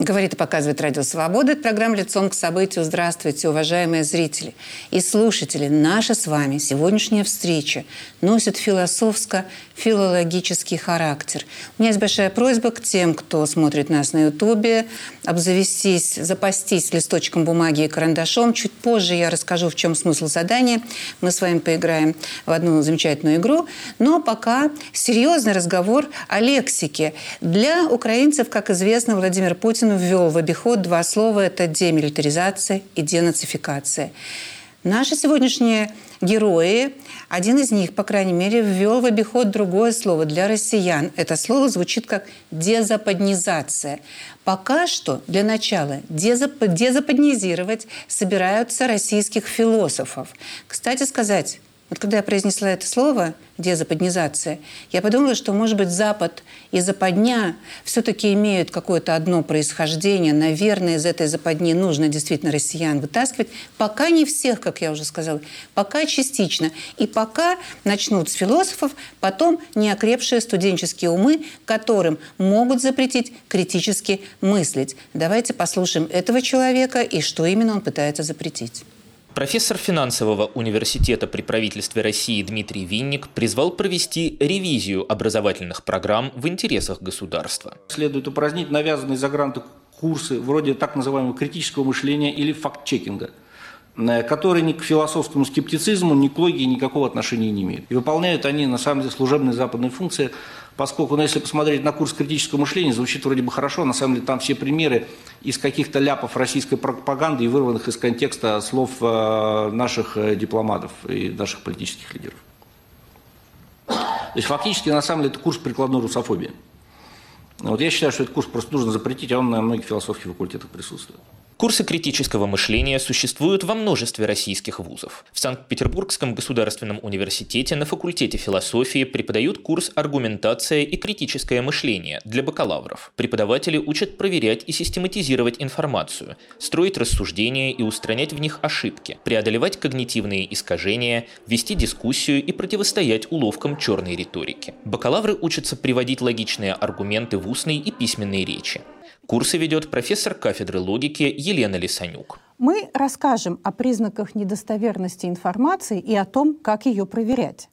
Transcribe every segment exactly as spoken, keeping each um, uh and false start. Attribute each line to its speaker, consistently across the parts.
Speaker 1: Говорит и показывает Радио Свобода. Это программа «Лицом к событию». Здравствуйте, уважаемые зрители и слушатели. Наша с вами сегодняшняя встреча носит философско-филологический характер. У меня есть большая просьба к тем, кто смотрит нас на Ютубе, обзавестись, запастись листочком бумаги и карандашом. Чуть позже я расскажу, в чем смысл задания. Мы с вами поиграем в одну замечательную игру. Но пока серьезный разговор о лексике. Для украинцев, как известно, Владимир Путин ввел в обиход два слова – это демилитаризация и денацификация. Наши сегодняшние герои, один из них, по крайней мере, ввел в обиход другое слово для россиян. Это слово звучит как дезападнизация. Пока что, для начала, дезап... дезападнизировать собираются российских философов. Кстати сказать, вот когда я произнесла это слово «дезападнизация», я подумала, что, может быть, Запад и западня все-таки имеют какое-то одно происхождение. Наверное, из этой западни нужно действительно россиян вытаскивать. Пока не всех, как я уже сказала, пока частично. И пока начнут с философов, потом неокрепшие студенческие умы, которым могут запретить критически мыслить. Давайте послушаем этого человека и что именно он пытается запретить.
Speaker 2: Профессор финансового университета при правительстве России Дмитрий Винник призвал провести ревизию образовательных программ в интересах государства.
Speaker 3: Следует упразднить навязанные за гранты курсы вроде так называемого критического мышления или факт-чекинга, которые ни к философскому скептицизму, ни к логике никакого отношения не имеют. И выполняют они, на самом деле, служебные западные функции, поскольку, ну, если посмотреть на курс критического мышления, звучит вроде бы хорошо, на самом деле там все примеры из каких-то ляпов российской пропаганды и вырванных из контекста слов э, наших дипломатов и наших политических лидеров. То есть фактически, на самом деле, это курс прикладной русофобии. Вот я считаю, что этот курс просто нужно запретить, а он на многих философских факультетах присутствует.
Speaker 2: Курсы критического мышления существуют во множестве российских вузов. В Санкт-Петербургском государственном университете на факультете философии преподают курс «Аргументация и критическое мышление» для бакалавров. Преподаватели учат проверять и систематизировать информацию, строить рассуждения и устранять в них ошибки, преодолевать когнитивные искажения, вести дискуссию и противостоять уловкам черной риторики. Бакалавры учатся приводить логичные аргументы в устной и письменной речи. Курсы ведет профессор кафедры логики Елена Лисанюк.
Speaker 4: Мы расскажем о признаках недостоверности информации и о том, как ее проверять.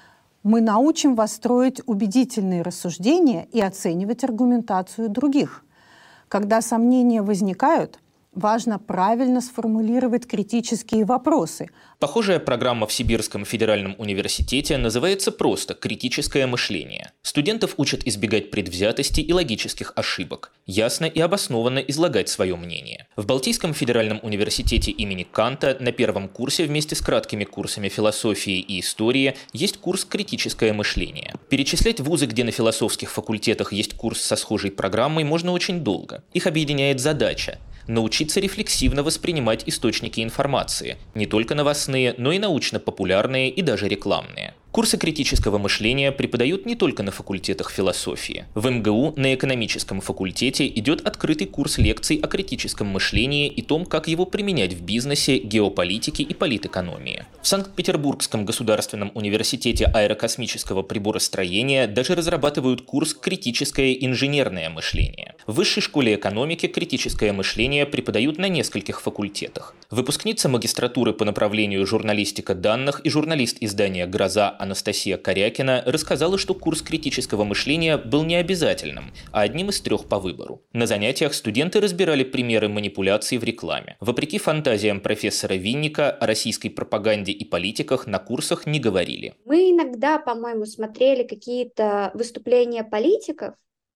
Speaker 4: Мы научим вас строить убедительные рассуждения и оценивать аргументацию других. Когда сомнения возникают, важно правильно сформулировать критические вопросы.
Speaker 2: Похожая программа в Сибирском федеральном университете называется просто «Критическое мышление». Студентов учат избегать предвзятости и логических ошибок, ясно и обоснованно излагать свое мнение. В Балтийском федеральном университете имени Канта на первом курсе вместе с краткими курсами философии и истории есть курс «Критическое мышление». Перечислять вузы, где на философских факультетах есть курс со схожей программой, можно очень долго. Их объединяет задача – научиться рефлексивно воспринимать источники информации, не только новостные, но и научно-популярные и даже рекламные. Курсы критического мышления преподают не только на факультетах философии. В эм гэ у на экономическом факультете идет открытый курс лекций о критическом мышлении и том, как его применять в бизнесе, геополитике и политэкономии. В Санкт-Петербургском государственном университете аэрокосмического приборостроения даже разрабатывают курс «Критическое инженерное мышление». В Высшей школе экономики критическое мышление преподают на нескольких факультетах. Выпускница магистратуры по направлению журналистика данных и журналист издания «Гроза» Анастасия Корякина рассказала, что курс критического мышления был не обязательным, а одним из трех по выбору. На занятиях студенты разбирали примеры манипуляций в рекламе. Вопреки фантазиям профессора Винника, о российской пропаганде и политиках на курсах не говорили.
Speaker 5: Мы иногда, по-моему, смотрели какие-то выступления политиков,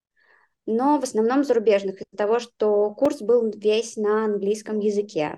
Speaker 5: но в основном зарубежных, из-за того, что курс был весь на английском языке.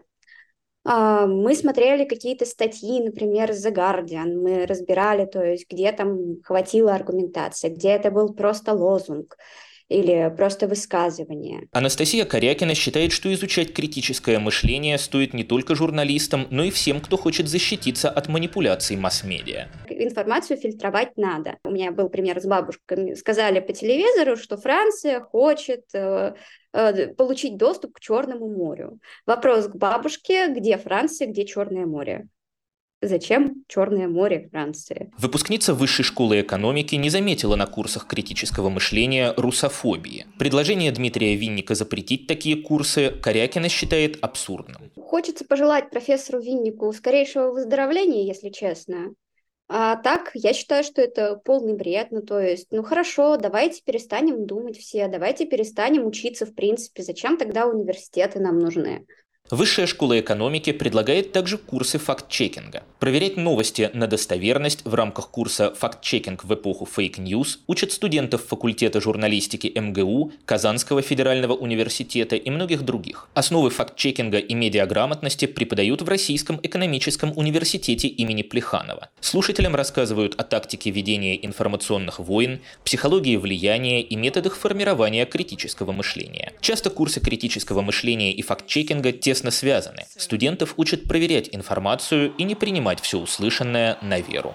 Speaker 5: Мы смотрели какие-то статьи, например, The Guardian, мы разбирали, то есть где там хватило аргументации, где это был просто лозунг или просто высказывание.
Speaker 2: Анастасия Корякина считает, что изучать критическое мышление стоит не только журналистам, но и всем, кто хочет защититься от манипуляций масс-медиа.
Speaker 5: Информацию фильтровать надо. У меня был пример с бабушками. Сказали по телевизору, что Франция хочет э, э, получить доступ к Черному морю. Вопрос к бабушке, где Франция, где Черное море? Зачем Черное море Франции?
Speaker 2: Выпускница Высшей школы экономики не заметила на курсах критического мышления русофобии. Предложение Дмитрия Винника запретить такие курсы Корякина считает абсурдным.
Speaker 5: Хочется пожелать профессору Виннику скорейшего выздоровления, если честно. А так, я считаю, что это полный бред. Ну, то есть, ну хорошо, давайте перестанем думать все, давайте перестанем учиться в принципе. Зачем тогда университеты нам нужны?
Speaker 2: Высшая школа экономики предлагает также курсы факт-чекинга. Проверять новости на достоверность в рамках курса «Факт-чекинг в эпоху фейк-ньюс» учат студентов факультета журналистики эм гэ у, Казанского федерального университета и многих других. Основы факт-чекинга и медиаграмотности преподают в Российском экономическом университете имени Плеханова. Слушателям рассказывают о тактике ведения информационных войн, психологии влияния и методах формирования критического мышления. Часто курсы критического мышления и факт-чекинга тесно связаны. Студентов учат проверять информацию и не принимать все услышанное на веру.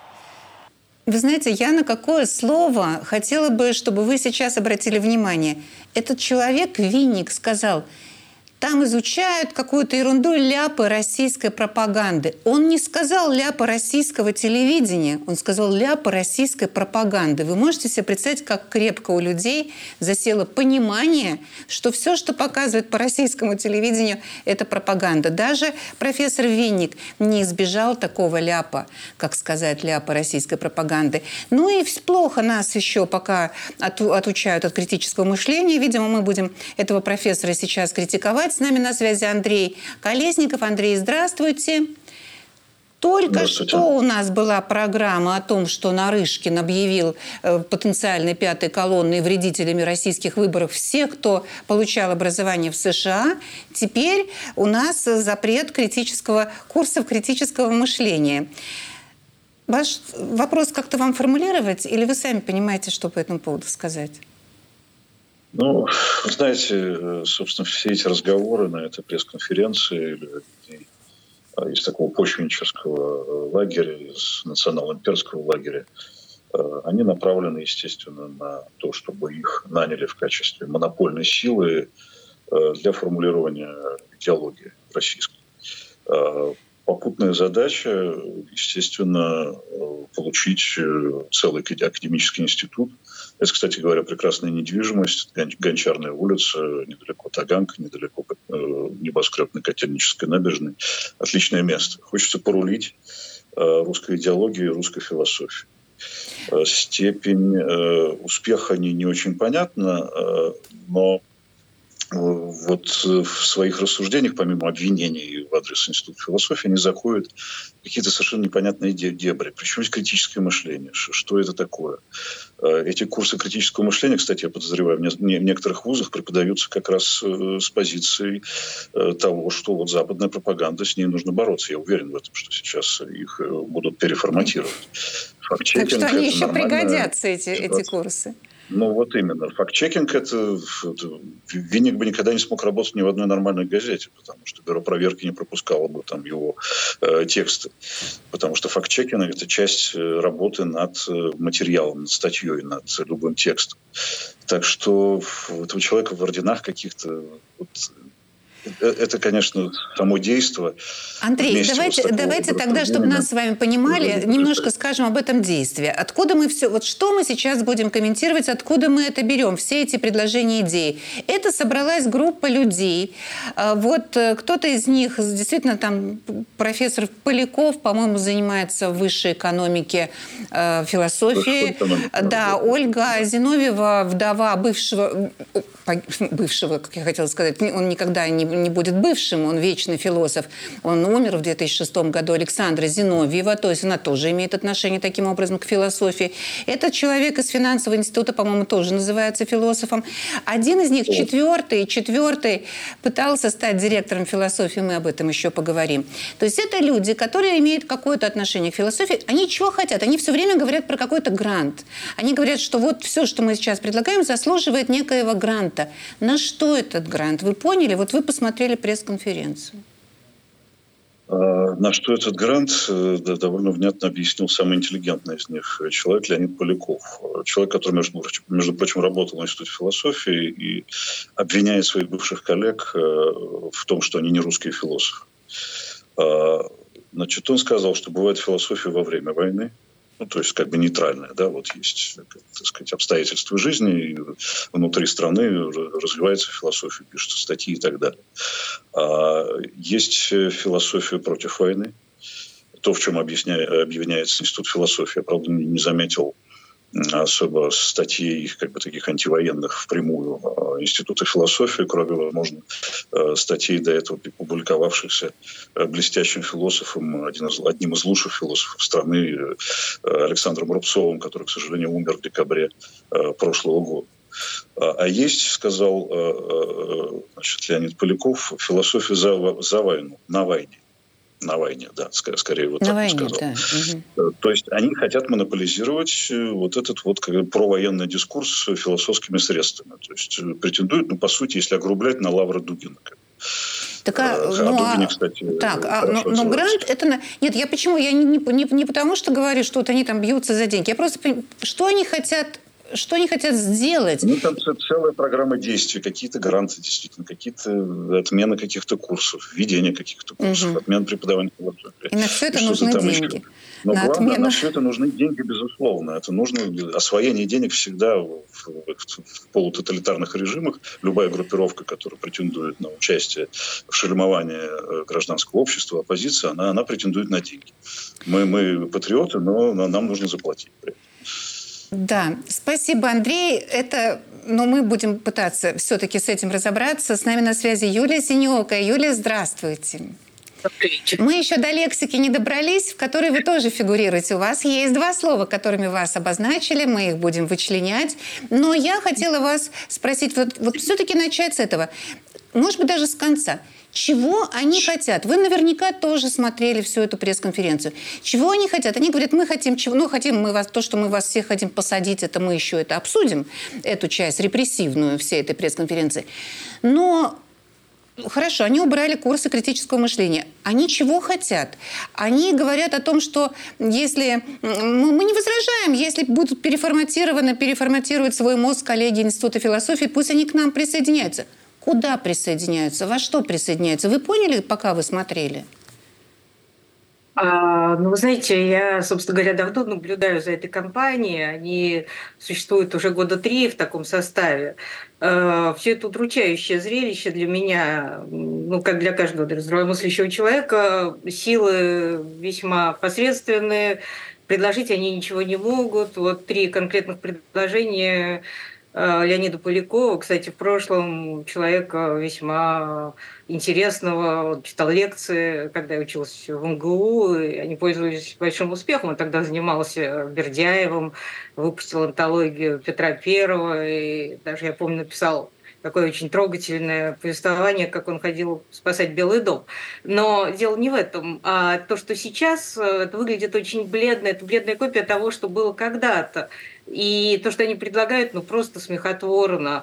Speaker 1: Вы знаете, я на какое слово хотела бы, чтобы вы сейчас обратили внимание. Этот человек, Винник, сказал: там изучают какую-то ерунду, ляпы российской пропаганды. Он не сказал ляпы российского телевидения, он сказал ляпы российской пропаганды. Вы можете себе представить, как крепко у людей засело понимание, что все, что показывают по российскому телевидению, это пропаганда. Даже профессор Винник не избежал такого ляпа, как сказать ляпа российской пропаганды. Ну и плохо нас еще пока отучают от критического мышления. Видимо, мы будем этого профессора сейчас критиковать. С нами на связи Андрей Колесников. Андрей, здравствуйте. Только что у нас была программа о том, что Нарышкин объявил э, потенциальной пятой колонной вредителями российских выборов всех, кто получал образование в США. Теперь у нас запрет критического, курсов критического мышления. Ваш вопрос как-то вам формулировать, или вы сами понимаете, что по этому поводу сказать?
Speaker 6: Ну, знаете, собственно, все эти разговоры на этой пресс-конференции из такого почвеннического лагеря, из национал-имперского лагеря, они направлены, естественно, на то, чтобы их наняли в качестве монопольной силы для формулирования идеологии российской. Попутная задача, естественно, получить целый академический институт. Это, кстати говоря, прекрасная недвижимость, Гончарная улица, недалеко Таганка, недалеко небоскреб на Котельнической набережной. Отличное место. Хочется порулить русской идеологией, русской философией. Степень успеха не, не очень понятна, но вот в своих рассуждениях, помимо обвинений в адрес Института философии, они заходят в какие-то совершенно непонятные дебри. Причем есть критическое мышление. Что это такое? Эти курсы критического мышления, кстати, я подозреваю, в некоторых вузах преподаются как раз с позиции того, что вот западная пропаганда, с ней нужно бороться. Я уверен в этом, что сейчас их будут переформатировать.
Speaker 1: Так что они еще пригодятся, эти, эти курсы.
Speaker 6: Ну, вот именно. Факт-чекинг – это, это... Винник бы никогда не смог работать ни в одной нормальной газете, потому что бюро проверки не пропускало бы там его э, тексты. Потому что факт-чекинг – это часть работы над материалом, над статьей, над любым текстом. Так что у этого человека в орденах каких-то... Вот, это, конечно, само действо.
Speaker 1: Андрей, давайте, давайте тогда, чтобы нас с вами понимали, немножко скажем об этом действии. Откуда мы все, вот что мы сейчас будем комментировать, откуда мы это берем, все эти предложения, идеи. Это собралась группа людей. Вот кто-то из них, действительно, там профессор Поляков, по-моему, занимается в высшей экономике, э, философии. Да, Ольга Зиновьева, вдова бывшего, бывшего, как я хотела сказать, он никогда не не будет бывшим, он вечный философ. Он умер в две тысячи шестом году, Александра Зиновьева, то есть она тоже имеет отношение таким образом к философии. Этот человек из финансового института, по-моему, тоже называется философом. Один из них, четвертый, четвертый, пытался стать директором философии, мы об этом еще поговорим. То есть это люди, которые имеют какое-то отношение к философии. Они чего хотят? Они все время говорят про какой-то грант. Они говорят, что вот все, что мы сейчас предлагаем, заслуживает некоего гранта. На что этот грант? Вы поняли? Вот вы посмотрели смотрели пресс-конференцию.
Speaker 6: На что этот грант довольно внятно объяснил самый интеллигентный из них человек Леонид Поляков. Человек, который, между, между прочим, работал в Институте философии и обвиняет своих бывших коллег в том, что они не русские философы. Значит, он сказал, что бывает философия во время войны, ну, то есть как бы нейтральная, да, вот есть, так сказать, обстоятельства жизни, и внутри страны развивается философия, пишутся статьи и так далее. А есть философия против войны, то, в чем объединяется Институт философии. Я, правда, не заметил особо статей как бы таких антивоенных впрямую Института философии, кроме, возможно, статей до этого публиковавшихся блестящим философом, один из, одним из лучших философов страны, Александром Рубцовым, который, к сожалению, умер в декабре прошлого года. А есть, сказал, значит, Леонид Поляков, философия за, за войну, на войне. На войне, да, скорее вот
Speaker 1: на
Speaker 6: так
Speaker 1: войне,
Speaker 6: сказал.
Speaker 1: Да.
Speaker 6: То есть они хотят монополизировать вот этот вот как бы провоенный дискурс философскими средствами. То есть претендуют, ну, по сути, если огрублять, на лавры Дугина.
Speaker 1: Так, а,
Speaker 6: а
Speaker 1: ну,
Speaker 6: Дугине,
Speaker 1: а,
Speaker 6: кстати,
Speaker 1: так, а, но, но грант это... Нет, я почему? Я не, не, не, не потому, что говорю, что вот они там бьются за деньги. Я просто понимаю, что они хотят... Что они хотят сделать?
Speaker 6: Ну, там целая программа действий, какие-то гранты, действительно, какие-то отмены каких-то курсов, введение каких-то курсов, угу. отмена преподавания философии.
Speaker 1: И на все это нужны деньги.
Speaker 6: Еще. Но
Speaker 1: на
Speaker 6: главное,
Speaker 1: отмену...
Speaker 6: на все это нужны деньги, безусловно. Это нужно освоение денег всегда в, в, в полутоталитарных режимах. Любая группировка, которая претендует на участие в шельмовании гражданского общества, оппозиции, она, она претендует на деньги. Мы, мы патриоты, но нам нужно заплатить.
Speaker 1: Да, спасибо, Андрей. Это, но мы будем пытаться все-таки с этим разобраться. С нами на связи Юлия Синеокая. Юлия, здравствуйте. Мы еще до лексики не добрались, в которой вы тоже фигурируете. У вас есть два слова, которыми вас обозначили, мы их будем вычленять. Но я хотела вас спросить, вот, вот все-таки начать с этого, может быть, даже с конца. Чего они хотят? Вы наверняка тоже смотрели всю эту пресс-конференцию. Чего они хотят? Они говорят, мы хотим чего? Ну, хотим мы вас, то, что мы вас всех хотим посадить, это мы еще это обсудим, эту часть репрессивную всей этой пресс-конференции. Но хорошо, они убрали курсы критического мышления. Они чего хотят? Они говорят о том, что если... Мы не возражаем, если будут переформатированы, переформатируют свой мозг коллеги Института философии, пусть они к нам присоединяются. Куда присоединяются? Во что присоединяются? Вы поняли, пока вы смотрели?
Speaker 7: А, ну, вы знаете, я, собственно говоря, давно наблюдаю за этой компанией. Они существуют уже года три в таком составе. А, все это удручающее зрелище для меня, ну, как для каждого здравомыслящего человека. Силы весьма посредственные, предложить они ничего не могут. Вот три конкретных предложения Леонида Полякова, кстати, в прошлом человека весьма интересного, он читал лекции, когда я училась в эм гэ у, и они пользовались большим успехом. Он тогда занимался Бердяевым, выпустил антологию Петра Первого, и даже, я помню, написал такое очень трогательное повествование, как он ходил спасать Белый дом. Но дело не в этом, а то, что сейчас это выглядит очень бледно, это бледная копия того, что было когда-то. И то, что они предлагают, ну, просто смехотворно.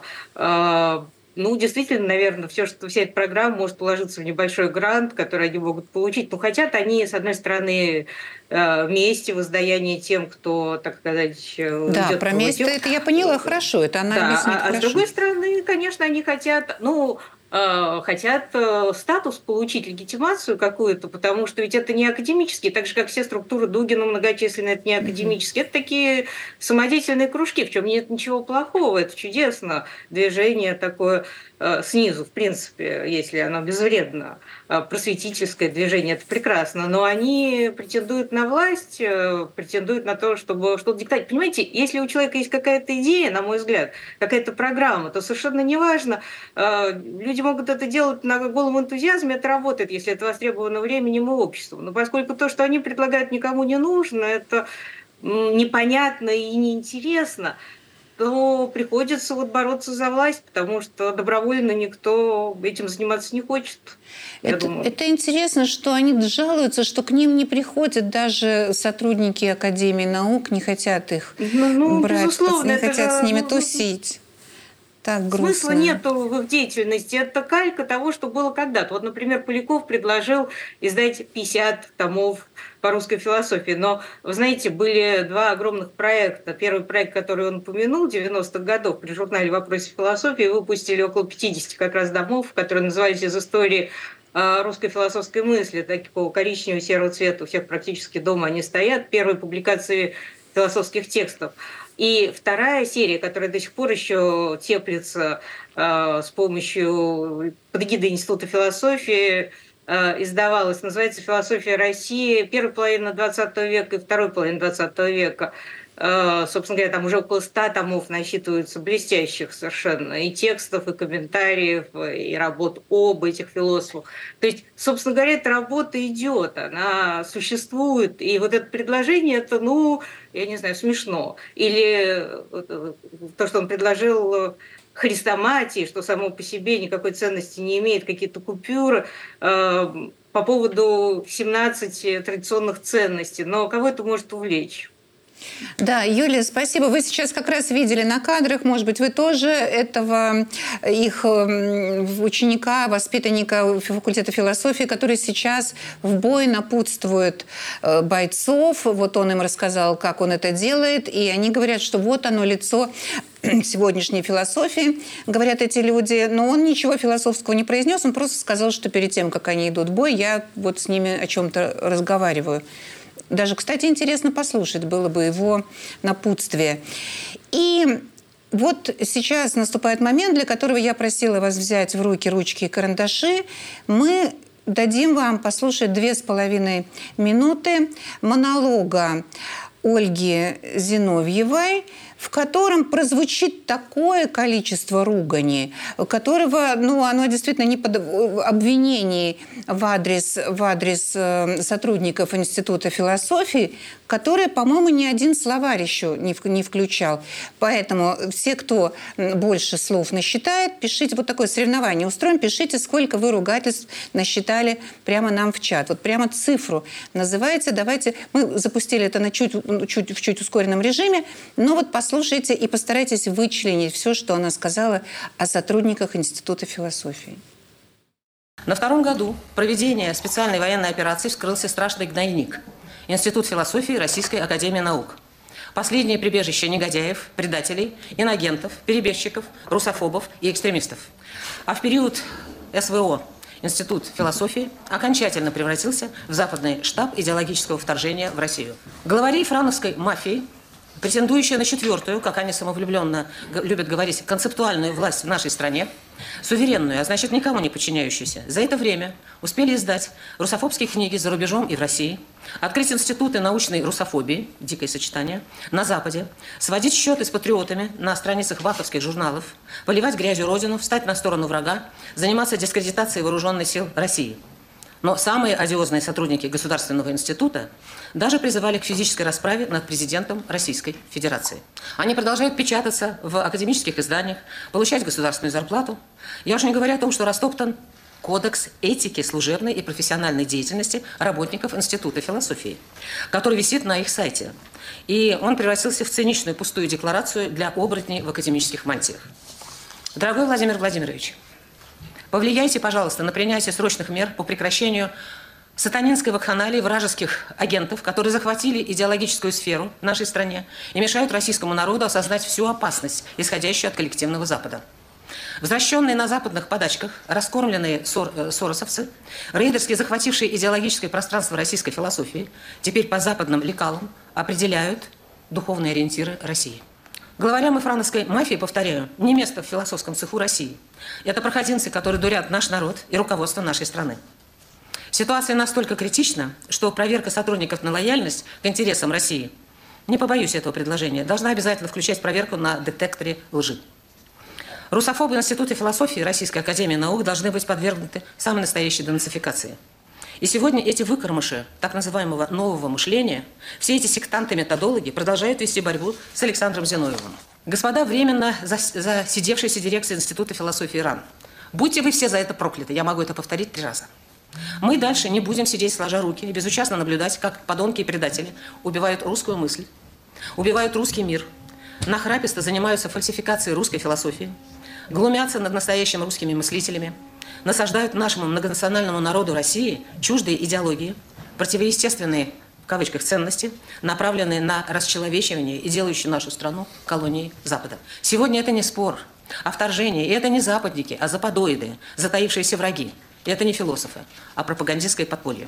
Speaker 7: Ну, действительно, наверное, все, что вся эта программа может положиться в небольшой грант, который они могут получить. Ну, хотят они, с одной стороны, мести, воздаяние тем, кто, так сказать,
Speaker 1: да,
Speaker 7: идет
Speaker 1: про месть это я поняла хорошо, это она
Speaker 7: да,
Speaker 1: объяснит
Speaker 7: а,
Speaker 1: хорошо.
Speaker 7: А с другой стороны, конечно, они хотят, ну, хотят статус получить, легитимацию какую-то, потому что ведь это не академические, так же, как все структуры Дугина многочисленные, это не академические, mm-hmm. это такие самодеятельные кружки, в чем нет ничего плохого, это чудесно, движение такое снизу, в принципе, если оно безвредно, просветительское движение, это прекрасно, но они претендуют на власть, претендуют на то, чтобы что-то диктовать. Понимаете, если у человека есть какая-то идея, на мой взгляд, какая-то программа, то совершенно неважно, люди могут это делать на голом энтузиазме, это работает, если это востребовано временем и обществом. Но поскольку то, что они предлагают, никому не нужно, это непонятно и неинтересно, то приходится вот бороться за власть, потому что добровольно никто этим заниматься не хочет.
Speaker 1: Это, это интересно, что они жалуются, что к ним не приходят даже сотрудники Академии наук, не хотят их
Speaker 7: ну, ну, брать, безусловно,
Speaker 1: не хотят
Speaker 7: же,
Speaker 1: с ними
Speaker 7: ну,
Speaker 1: тусить. Так грустно.
Speaker 7: Смысла нету в деятельности. Это калька того, что было когда-то. Вот, например, Поляков предложил издать пятьдесят томов по русской философии. Но, вы знаете, были два огромных проекта. Первый проект, который он упомянул, девяностых годов, при журнале «Вопросы философии» выпустили около пятидесяти как раз томов, которые назывались «Из истории русской философской мысли, такого коричневого серого цвета, у всех практически дома они стоят, первые публикации философских текстов. И вторая серия, которая до сих пор еще теплится э, с помощью под эгидой Института философии, э, издавалась, называется «Философия России», первая половина двадцатого века и второй половина двадцатого века. Э, собственно говоря, там уже около ста томов насчитываются блестящих совершенно и текстов, и комментариев, и работ об этих философах. То есть, собственно говоря, эта работа идет, она существует, и вот это предложение, это, ну, я не знаю, смешно. Или то, что он предложил хрестоматии, что само по себе никакой ценности не имеет, какие-то купюры, э, по поводу семнадцати традиционных ценностей. Но кого это может увлечь?
Speaker 1: Да, Юлия, спасибо. Вы сейчас как раз видели на кадрах, может быть, вы тоже этого их ученика, воспитанника факультета философии, который сейчас в бой напутствует бойцов. Вот он им рассказал, как он это делает, и они говорят, что вот оно лицо сегодняшней философии, говорят эти люди, но он ничего философского не произнес, он просто сказал, что перед тем, как они идут в бой, я вот с ними о чем-то разговариваю. Даже, кстати, интересно послушать было бы его напутствие. И вот сейчас наступает момент, для которого я просила вас взять в руки ручки и карандаши. Мы дадим вам послушать две с половиной минуты монолога Ольги Зиновьевой, в котором прозвучит такое количество ругани, которого, ну, оно действительно не под обвинений в адрес, в адрес сотрудников Института философии, которые, по-моему, ни один словарь еще не, не включал. Поэтому все, кто больше слов насчитает, пишите, вот такое соревнование устроим, пишите, сколько вы ругательств насчитали прямо нам в чат. Вот прямо цифру называйте. Давайте, мы запустили это на чуть, чуть, в чуть ускоренном режиме, но вот послушайте и постарайтесь вычленить все, что она сказала о сотрудниках Института философии.
Speaker 8: На втором году проведения специальной военной операции вскрылся страшный гнойник – Институт философии Российской академии наук. Последнее прибежище негодяев, предателей, инагентов, перебежчиков, русофобов и экстремистов. А в период СВО Институт философии окончательно превратился в западный штаб идеологического вторжения в Россию. Главари франовской мафии, претендующая на четвертую, как они самовлюбленно любят говорить, концептуальную власть в нашей стране, суверенную, а значит никому не подчиняющуюся, за это время успели издать русофобские книги за рубежом и в России, открыть институты научной русофобии, дикое сочетание, на Западе, сводить счеты с патриотами на страницах ваховских журналов, поливать грязью родину, встать на сторону врага, заниматься дискредитацией вооруженных сил России. Но самые одиозные сотрудники Государственного института даже призывали к физической расправе над президентом Российской Федерации. Они продолжают печататься в академических изданиях, получать государственную зарплату. Я уж не говорю о том, что растоптан кодекс этики служебной и профессиональной деятельности работников Института философии, который висит на их сайте. И он превратился в циничную пустую декларацию для оборотней в академических мантиях. Дорогой Владимир Владимирович, повлияйте, пожалуйста, на принятие срочных мер по прекращению сатанинской вакханалии вражеских агентов, которые захватили идеологическую сферу в нашей стране и мешают российскому народу осознать всю опасность, исходящую от коллективного Запада. Возвращенные на западных подачках, раскормленные сор, э, соросовцы, рейдерски захватившие идеологическое пространство российской философии, теперь по западным лекалам определяют духовные ориентиры России. Главарям франовской мафии, повторяю, не место в философском цеху России. Это проходимцы, которые дурят наш народ и руководство нашей страны. Ситуация настолько критична, что проверка сотрудников на лояльность к интересам России, не побоюсь этого предложения, должна обязательно включать проверку на детекторе лжи. Русофобы Института философии Российской академии наук должны быть подвергнуты самой настоящей денацификации. И сегодня эти выкормыши так называемого нового мышления, все эти сектанты-методологи продолжают вести борьбу с Александром Зиновьевым. Господа временно засидевшиеся дирекции Института философии РАН, будьте вы все за это прокляты, я могу это повторить три раза. Мы дальше не будем сидеть сложа руки и безучастно наблюдать, как подонки и предатели убивают русскую мысль, убивают русский мир, нахраписто занимаются фальсификацией русской философии, глумятся над настоящими русскими мыслителями, насаждают нашему многонациональному народу России чуждые идеологии, противоестественные, в кавычках, ценности, направленные на расчеловечивание и делающие нашу страну колонией Запада. Сегодня это не спор о вторжении, и это не западники, а западоиды, затаившиеся враги. И это не философы, а пропагандистское подполье.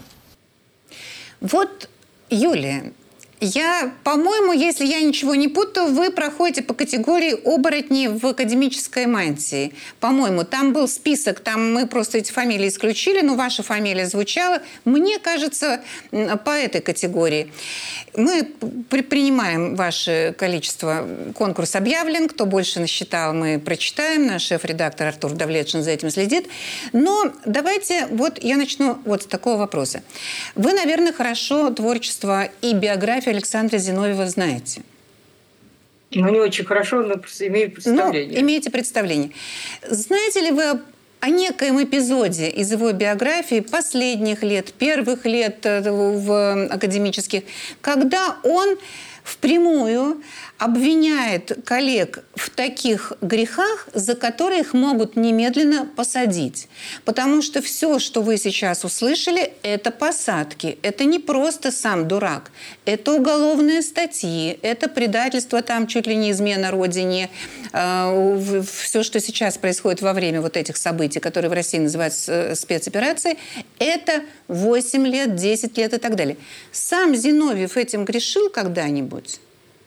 Speaker 1: Вот, Юлия, я, по-моему, если я ничего не путаю, вы проходите по категории оборотни в академической мантии. По-моему, там был список, там мы просто эти фамилии исключили, но ваша фамилия звучала. Мне кажется, по этой категории. Мы при принимаем ваше количество. Конкурс объявлен. Кто больше насчитал, мы прочитаем. Наш шеф-редактор Артур Давлетшин за этим следит. Но давайте, вот я начну вот с такого вопроса. Вы, наверное, хорошо творчество и биографию Александра Зиновьева знаете.
Speaker 7: Ну, не очень хорошо, но имею представление.
Speaker 1: Ну, имеете представление. Знаете ли вы о некоем эпизоде из его биографии последних лет, первых лет в академических, когда он впрямую обвиняет коллег в таких грехах, за которые их могут немедленно посадить. Потому что все, что вы сейчас услышали, это посадки. Это не просто сам дурак. Это уголовные статьи, это предательство, там чуть ли не измена родине. Все, что сейчас происходит во время вот этих событий, которые в России называются спецоперацией, это восемь лет, десять лет и так далее. Сам Зиновьев этим грешил когда-нибудь?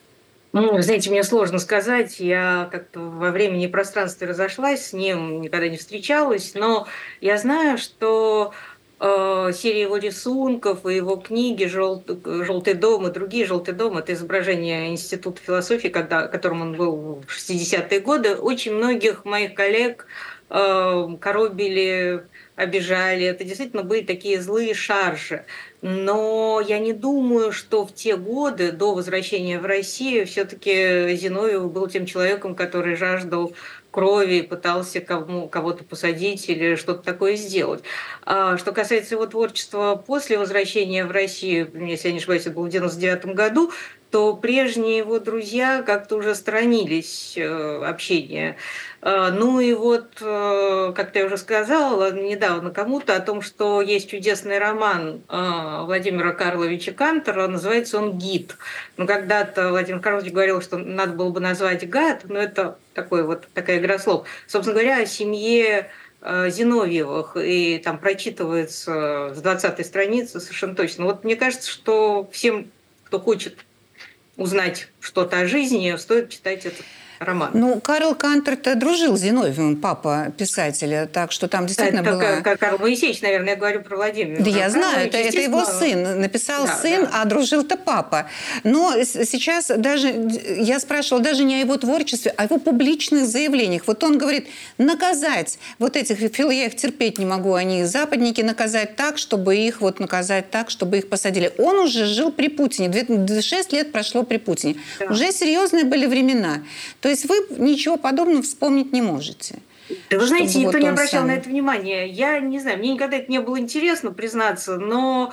Speaker 7: Ну, знаете, мне сложно сказать. Я как-то во времени и пространстве разошлась, с ним никогда не встречалась. Но я знаю, что э, серия его рисунков и его книги «Желтый, «Желтый дом» и другие «Желтый дом» — это изображение Института философии, когда, которым он был в шестидесятые годы. Очень многих моих коллег э, коробили, обижали. Это действительно были такие злые шаржи. Но я не думаю, что в те годы, до возвращения в Россию, все-таки Зиновьев был тем человеком, который жаждал крови, пытался кому, кого-то посадить или что-то такое сделать. А что касается его творчества после возвращения в Россию, если я не ошибаюсь, это было в девяносто девятом году, то прежние его друзья как-то уже сторонились э, общения. Э, ну и вот, э, как-то я уже сказала недавно кому-то о том, что есть чудесный роман э, Владимира Карловича Кантора, называется он «Гид». Но когда-то Владимир Карлович говорил, что надо было бы назвать «Гад», но это такой вот, такая игра слов. Собственно говоря, о семье э, Зиновьевых, и там прочитывается с двадцатой страницы совершенно точно. Вот мне кажется, что всем, кто хочет узнать что-то о жизни, стоит читать этот роман.
Speaker 1: Ну, Карл Кантор-то дружил с Зиновьевым, папа писателя, так что там действительно
Speaker 7: это
Speaker 1: было...
Speaker 7: Как Карл Моисеевич, наверное, я говорю про Владимира.
Speaker 1: Да, я знаю, это, это его сын. Написал да, сын, да. А дружил-то папа. Но сейчас даже, я спрашивала даже не о его творчестве, а о его публичных заявлениях. Вот он говорит, наказать вот этих, я их терпеть не могу, они западники, наказать так, чтобы их вот наказать так, чтобы их посадили. Он уже жил при Путине, шесть лет прошло при Путине. Да. Уже серьезные были времена. То есть вы ничего подобного вспомнить не можете.
Speaker 7: Да вы знаете, никто
Speaker 1: вот
Speaker 7: не обращал
Speaker 1: сам...
Speaker 7: на это внимания. Я не знаю, мне никогда это не было интересно, признаться, но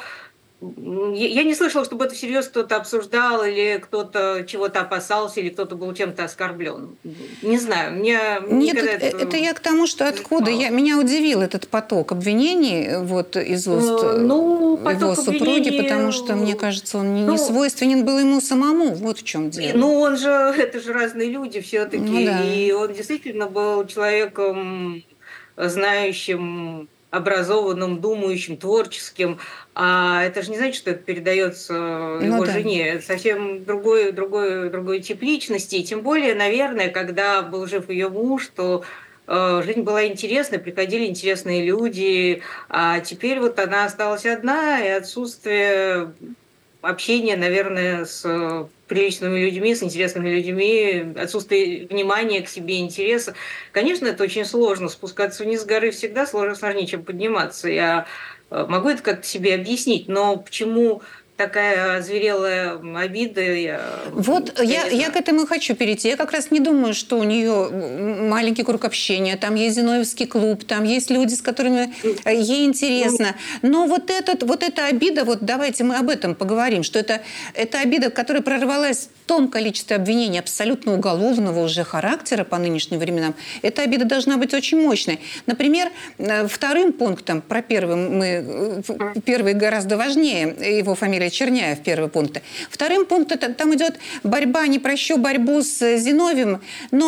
Speaker 7: я не слышала, чтобы это всерьез кто-то обсуждал, или кто-то чего-то опасался, или кто-то был чем-то оскорблен. Не знаю, мне
Speaker 1: Нет,
Speaker 7: это...
Speaker 1: это я к тому, что откуда. Я, меня удивил этот поток обвинений вот, из уст
Speaker 7: ну,
Speaker 1: его супруги,
Speaker 7: обвинений...
Speaker 1: потому что, мне кажется, он не,
Speaker 7: ну,
Speaker 1: не свойственен был ему самому. Вот в чем дело.
Speaker 7: Ну, он же, это же разные люди все-таки,
Speaker 1: ну, да.
Speaker 7: И он действительно был человеком, знающим, образованным, думающим, творческим. А это же не значит, что это передается ну, его да. жене. Это совсем другой, другой, другой тип личности. И тем более, наверное, когда был жив ее муж, то э, жизнь была интересной, приходили интересные люди. А теперь вот она осталась одна, и отсутствие общения, наверное, с приличными людьми, с интересными людьми, отсутствие внимания к себе, интереса. Конечно, это очень сложно. Спускаться вниз с горы всегда сложно, сложнее, чем подниматься. Я могу это как-то себе объяснить, но почему такая озверелая обида? Я,
Speaker 1: вот я, я, я к этому хочу перейти. Я как раз не думаю, что у нее маленький круг общения, там есть Зиновьевский клуб, там есть люди, с которыми ей интересно. Но вот, этот, вот эта обида, вот давайте мы об этом поговорим, что это, это обида, которая прорвалась в том количестве обвинений абсолютно уголовного уже характера по нынешним временам, эта обида должна быть очень мощной. Например, вторым пунктом, про первый мы, первый гораздо важнее, его фамилия Черняев, первый пункт. Вторым пунктом там идет борьба, не прощу борьбу с Зиновьевым, но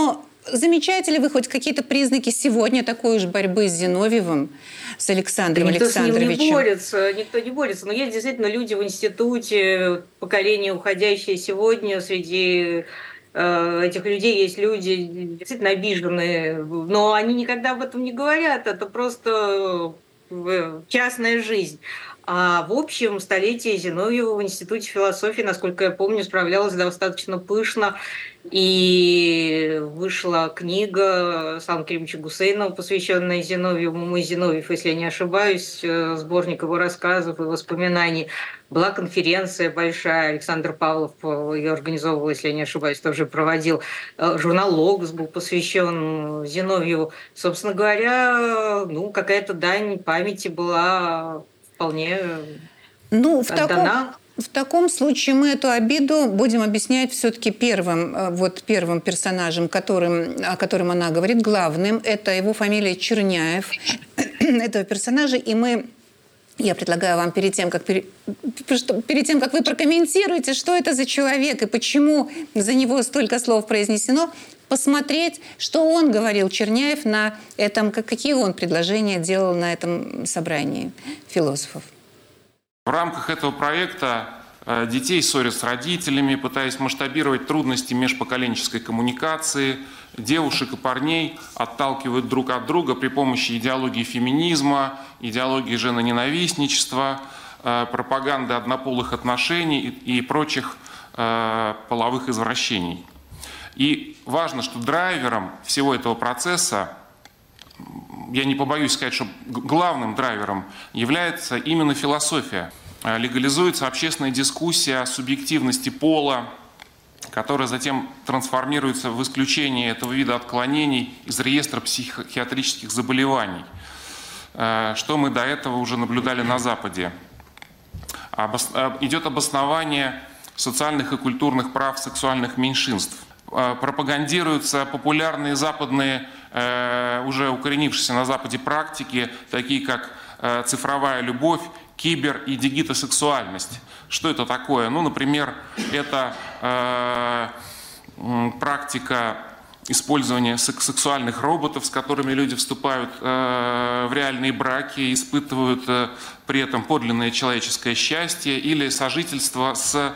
Speaker 1: замечаете ли вы хоть какие-то признаки сегодня такой уж борьбы с Зиновьевым, с Александром
Speaker 7: да никто
Speaker 1: Александровичем?
Speaker 7: Никто с ним не борется, никто не борется. Но есть действительно люди в институте, поколение уходящее сегодня, среди э, этих людей есть люди действительно обиженные, но они никогда об этом не говорят, это просто частная жизнь. А в общем, столетие Зиновьева в Институте философии, насколько я помню, справлялось достаточно пышно. И вышла книга Аслана Керимовича Гусейнова, посвященная Зиновьеву, «Мой Зиновьев», если я не ошибаюсь, сборник его рассказов и воспоминаний. Была конференция большая, Александр Павлов ее организовывал, если я не ошибаюсь, тоже проводил. Журнал «Логос» был посвящен Зиновьеву. Собственно говоря, ну, какая-то дань памяти была вполне
Speaker 1: ну, в
Speaker 7: отдана.
Speaker 1: Таком... В таком случае мы эту обиду будем объяснять все-таки первым, вот первым персонажем, которым, о котором она говорит, главным. Это его фамилия Черняев, этого персонажа. И мы, я предлагаю вам перед тем, как, перед тем, как вы прокомментируете, что это за человек и почему за него столько слов произнесено, посмотреть, что он говорил, Черняев, на этом, какие он предложения делал на этом собрании философов.
Speaker 9: В рамках этого проекта детей ссорят с родителями, пытаясь масштабировать трудности межпоколенческой коммуникации. Девушек и парней отталкивают друг от друга при помощи идеологии феминизма, идеологии женоненавистничества, пропаганды однополых отношений и прочих половых извращений. И важно, что драйвером всего этого процесса, я не побоюсь сказать, что главным драйвером является именно философия. Легализуется общественная дискуссия о субъективности пола, которая затем трансформируется в исключение этого вида отклонений из реестра психиатрических заболеваний, что мы до этого уже наблюдали на Западе. Идет обоснование социальных и культурных прав сексуальных меньшинств. Пропагандируются популярные западные, уже укоренившиеся на Западе практики, такие как цифровая любовь, кибер- и дигитосексуальность. Что это такое? Ну, например, это практика использования сексуальных роботов, с которыми люди вступают в реальные браки и испытывают при этом подлинное человеческое счастье, или сожительство с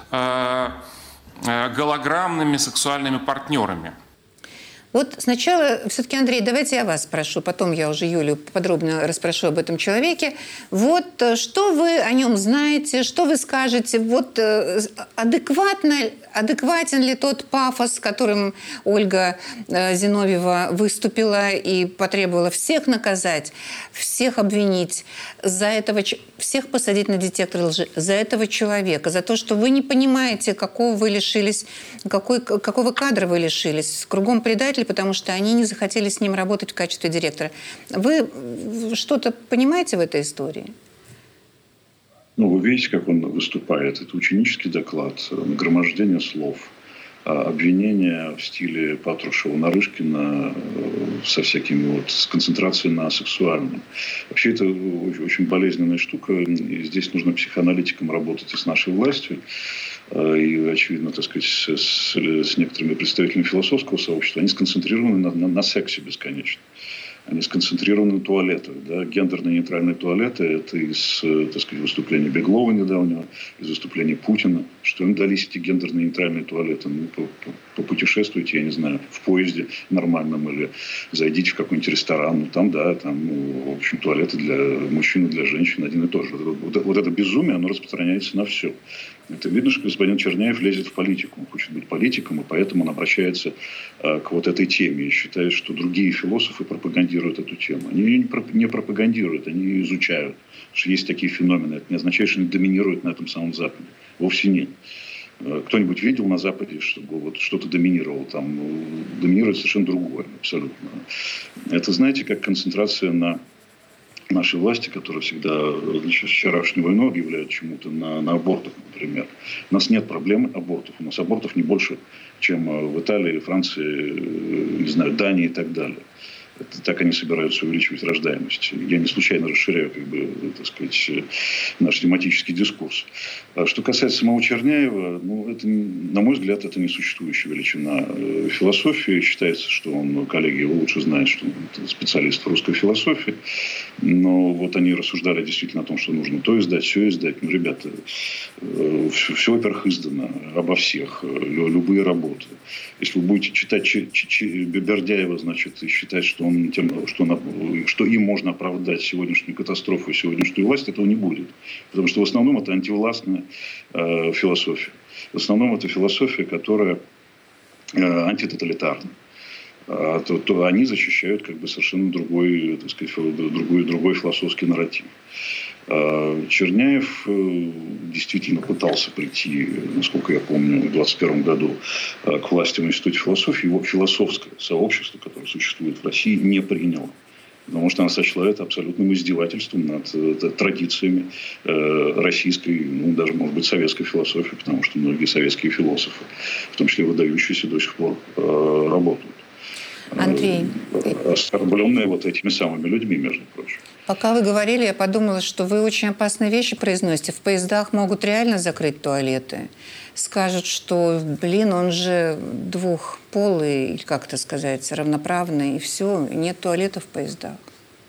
Speaker 9: голограммными сексуальными партнерами.
Speaker 1: Вот сначала, все-таки, Андрей, давайте я вас спрошу, потом я уже Юлю подробно расспрошу об этом человеке. Вот что вы о нем знаете, что вы скажете? Вот адекватно, адекватен ли тот пафос, с которым Ольга Зиновьева выступила и потребовала всех наказать, всех обвинить, за этого, всех посадить на детектор лжи, за этого человека, за то, что вы не понимаете, какого вы лишились, какой, какого кадра вы лишились, кругом предателей, потому что они не захотели с ним работать в качестве директора. Вы что-то понимаете в этой истории?
Speaker 6: Ну, вы видите, как он выступает. Это ученический доклад, нагромождение слов, обвинения в стиле Патрушева-Нарышкина со всякими вот, с концентрацией на сексуальном. Вообще это очень болезненная штука, и здесь нужно психоаналитикам работать и с нашей властью, и, очевидно, так сказать, с, с, с некоторыми представителями философского сообщества. Они сконцентрированы на, на, на сексе бесконечно. Они сконцентрированы на туалетах. Да? Гендерно-нейтральные туалеты – это из, так сказать, выступления Беглова недавнего, из выступления Путина. Что им дались эти гендерно-нейтральные туалеты? Ну, попутешествуйте, я не знаю, в поезде нормальном или зайдите в какой-нибудь ресторан. Ну, там, да, там, ну, в общем, туалеты для мужчин и для женщин один и тот же. Вот, вот, вот это безумие, оно распространяется на все. Это видно, что господин Черняев лезет в политику. Он хочет быть политиком, и поэтому он обращается э, к вот этой теме и считает, что другие философы пропагандируют эту тему. Они ее не пропагандируют, они ее изучают. Что есть такие феномены. Это не означает, что они доминируют на этом самом Западе. Вовсе нет. Кто-нибудь видел на Западе, чтобы вот что-то доминировало? Там доминирует совершенно другое, абсолютно. Это, знаете, как концентрация на нашей власти, которая всегда вчерашнюю войну объявляет чему-то на, на абортах, например. У нас нет проблемы абортов. У нас абортов не больше, чем в Италии, Франции, не знаю, Дании и так далее. Это, так они собираются увеличивать рождаемость. Я не случайно расширяю, как бы, так сказать, наш тематический дискурс. А что касается самого Черняева, ну, это, на мой взгляд, это несуществующая величина философии. Считается, что он, коллеги его лучше знают, что он специалист в русской философии. Но вот они рассуждали действительно о том, что нужно то издать, все издать. Ну, ребята, все, все во-первых, издано обо всех, любые работы. Если вы будете читать Ч- Ч- Бердяева, значит, и считать, что он тем, что, он, что им можно оправдать сегодняшнюю катастрофу и сегодняшнюю власть, этого не будет. Потому что в основном это антивластная э, философия. В основном это философия, которая э, антитоталитарна. А то, то они защищают как бы совершенно другой, так сказать, другой, другой философский нарратив. Черняев действительно пытался прийти, насколько я помню, в двадцать первом году к власти в Институте философии. Его философское сообщество, которое существует в России, не приняло. Потому что она сочла это абсолютным издевательством над традициями российской, ну, даже, может быть, советской философии, потому что многие советские философы, в том числе выдающиеся, до сих пор работают.
Speaker 1: Андрей.
Speaker 6: Оскорбленные вот этими самыми людьми, между прочим.
Speaker 1: Пока вы говорили, я подумала, что вы очень опасные вещи произносите. В поездах могут реально закрыть туалеты. Скажут, что, блин, он же двухполый, или как это сказать, равноправный, и все, нет туалетов в поездах.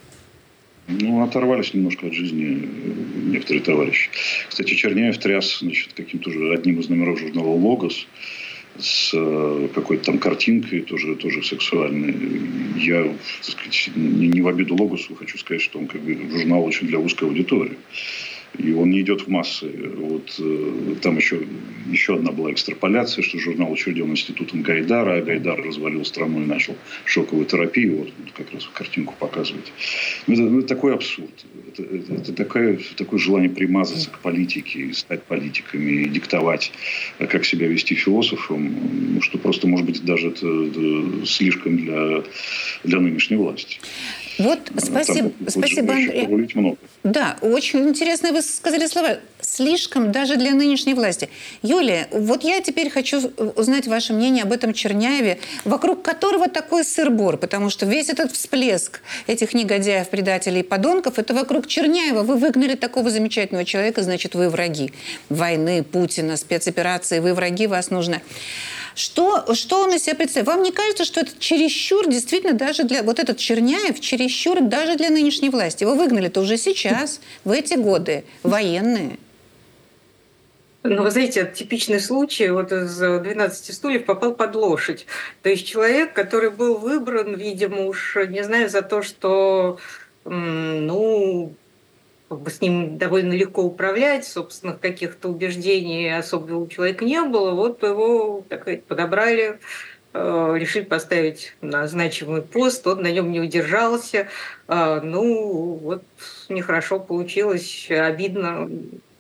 Speaker 6: Ну, оторвались немножко от жизни некоторые товарищи. Кстати, Черняев тряс, значит, каким-то уже одним из номеров журнала «Логос» с какой-то там картинкой, тоже, тоже сексуальной. Я, так сказать, не, не в обиду «Логосу» хочу сказать, что он как бы журнал очень для узкой аудитории. И он не идет в массы. Вот, э, там еще, еще одна была экстраполяция, что журнал учрежден институтом Гайдара, а Гайдар развалил страну и начал шоковую терапию. Вот, вот как раз картинку показывать. Ну, это, ну, это такой абсурд. Это, это, это такое, такое желание примазаться к политике, стать политиками, и диктовать, как себя вести философом, ну, что просто, может быть, даже это, это слишком для, для нынешней власти.
Speaker 1: Вот, спасибо,
Speaker 6: Там,
Speaker 1: спасибо, Андрей.
Speaker 6: Много.
Speaker 1: Да, очень интересно вы сказали слова. Слишком даже для нынешней власти. Юлия, вот я теперь хочу узнать ваше мнение об этом Черняеве, вокруг которого такой сыр-бор, потому что весь этот всплеск этих негодяев, предателей и подонков, это вокруг Черняева. Вы выгнали такого замечательного человека, значит, вы враги войны, Путина, спецоперации, вы враги, вас нужно... Что, что он из себя представляет? Вам не кажется, что это чересчур, действительно, даже для... Вот этот Черняев чересчур даже для нынешней власти? Его выгнали-то уже сейчас, в эти годы, военные.
Speaker 7: Ну, вы знаете, это типичный случай. Вот из двенадцати стульев попал под лошадь. То есть человек, который был выбран, видимо, уж, не знаю, за то, что, ну... как бы с ним довольно легко управлять, собственных каких-то убеждений особо у человека не было, вот его, так сказать, подобрали, э, решили поставить на значимый пост, он на нем не удержался, э, ну, вот нехорошо получилось, обидно.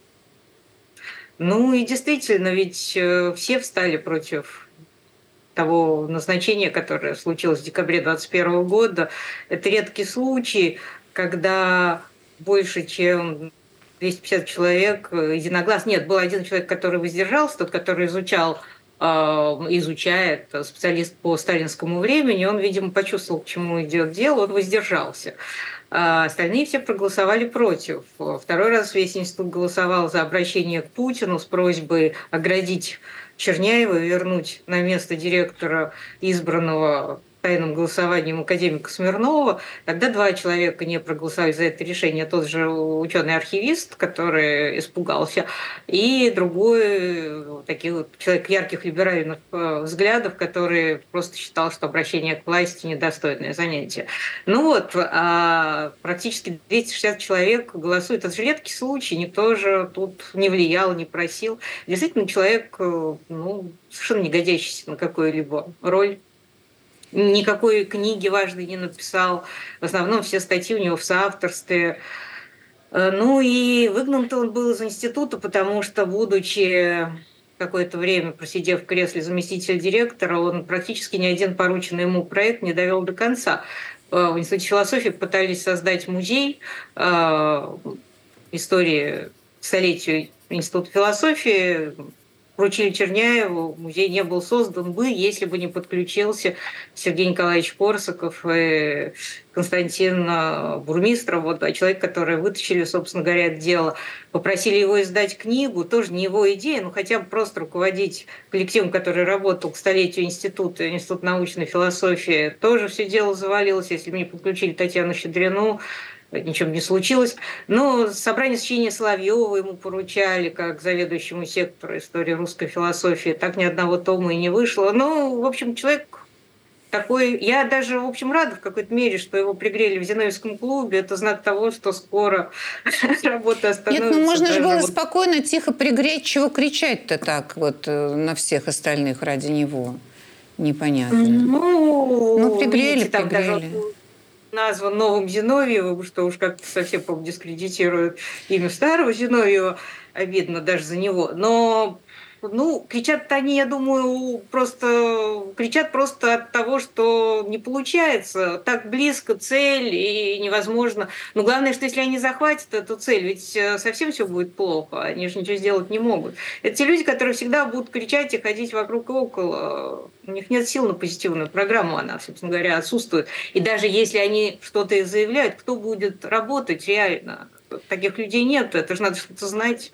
Speaker 7: Ну и действительно, ведь все встали против того назначения, которое случилось в декабре двадцать первого года. Это редкий случай, когда больше, чем двести пятьдесят человек единогласно. Нет, был один человек, который воздержался, тот, который изучал, э, изучает, специалист по сталинскому времени, он, видимо, почувствовал, к чему идет дело, он воздержался. А остальные все проголосовали против. Второй раз весь институт голосовал за обращение к Путину с просьбой оградить Черняева и вернуть на место директора, избранного тайным голосованием академика Смирнова. Тогда два человека не проголосовали за это решение. Тот же ученый-архивист, который испугался, и другой такой вот человек ярких либеральных взглядов, который просто считал, что обращение к власти недостойное занятие. Ну вот, а практически двести шестьдесят человек голосуют. Это же редкий случай, никто же тут не влиял, не просил. Действительно, человек, ну, совершенно не годящийся на какую-либо роль. Никакой книги важной не написал. В основном все статьи у него в соавторстве. Ну и выгнан-то он был из института, потому что, будучи какое-то время просидев в кресле заместителя директора, он практически ни один порученный ему проект не довел до конца. В Институте философии пытались создать музей истории столетию Института философии. поручили Черняеву, музей не был создан бы, если бы не подключился Сергей Николаевич Корсаков и Константин Бурмистров, вот, а человек, который вытащили, собственно говоря, это дело, попросили его издать книгу, тоже не его идея, но хотя бы просто руководить коллективом, который работал к столетию института, Институт научной философии, тоже все дело завалилось, если бы не подключили Татьяну Щедрину, ничего не случилось. Но собрание сочинения Соловьева ему поручали, как заведующему сектору истории русской философии. Так ни одного тома и не вышло. Ну, в общем, человек такой... Я даже, в общем, рада в какой-то мере, что его пригрели в Зиновьевском клубе. Это знак того, что скоро работа остановится.
Speaker 1: Нет, ну можно же было
Speaker 7: вот...
Speaker 1: спокойно, тихо пригреть. Чего кричать-то так вот на всех остальных ради него? Непонятно.
Speaker 7: Ну,
Speaker 1: ну пригрели,
Speaker 7: видите, там
Speaker 1: пригрели.
Speaker 7: Даже... назван новым Зиновьевым, что уж как-то совсем, по-моему, дискредитирует имя старого Зиновьева, обидно даже за него. Но, ну, кричат они, я думаю, просто кричат просто от того, что не получается. Так близко цель и невозможно. Но главное, что если они захватят эту цель, ведь совсем все будет плохо, они же ничего сделать не могут. Это те люди, которые всегда будут кричать и ходить вокруг и около. У них нет сил на позитивную программу, она, собственно говоря, отсутствует. И даже если они что-то и заявляют, кто будет работать реально? Таких людей нет, это же надо что-то знать.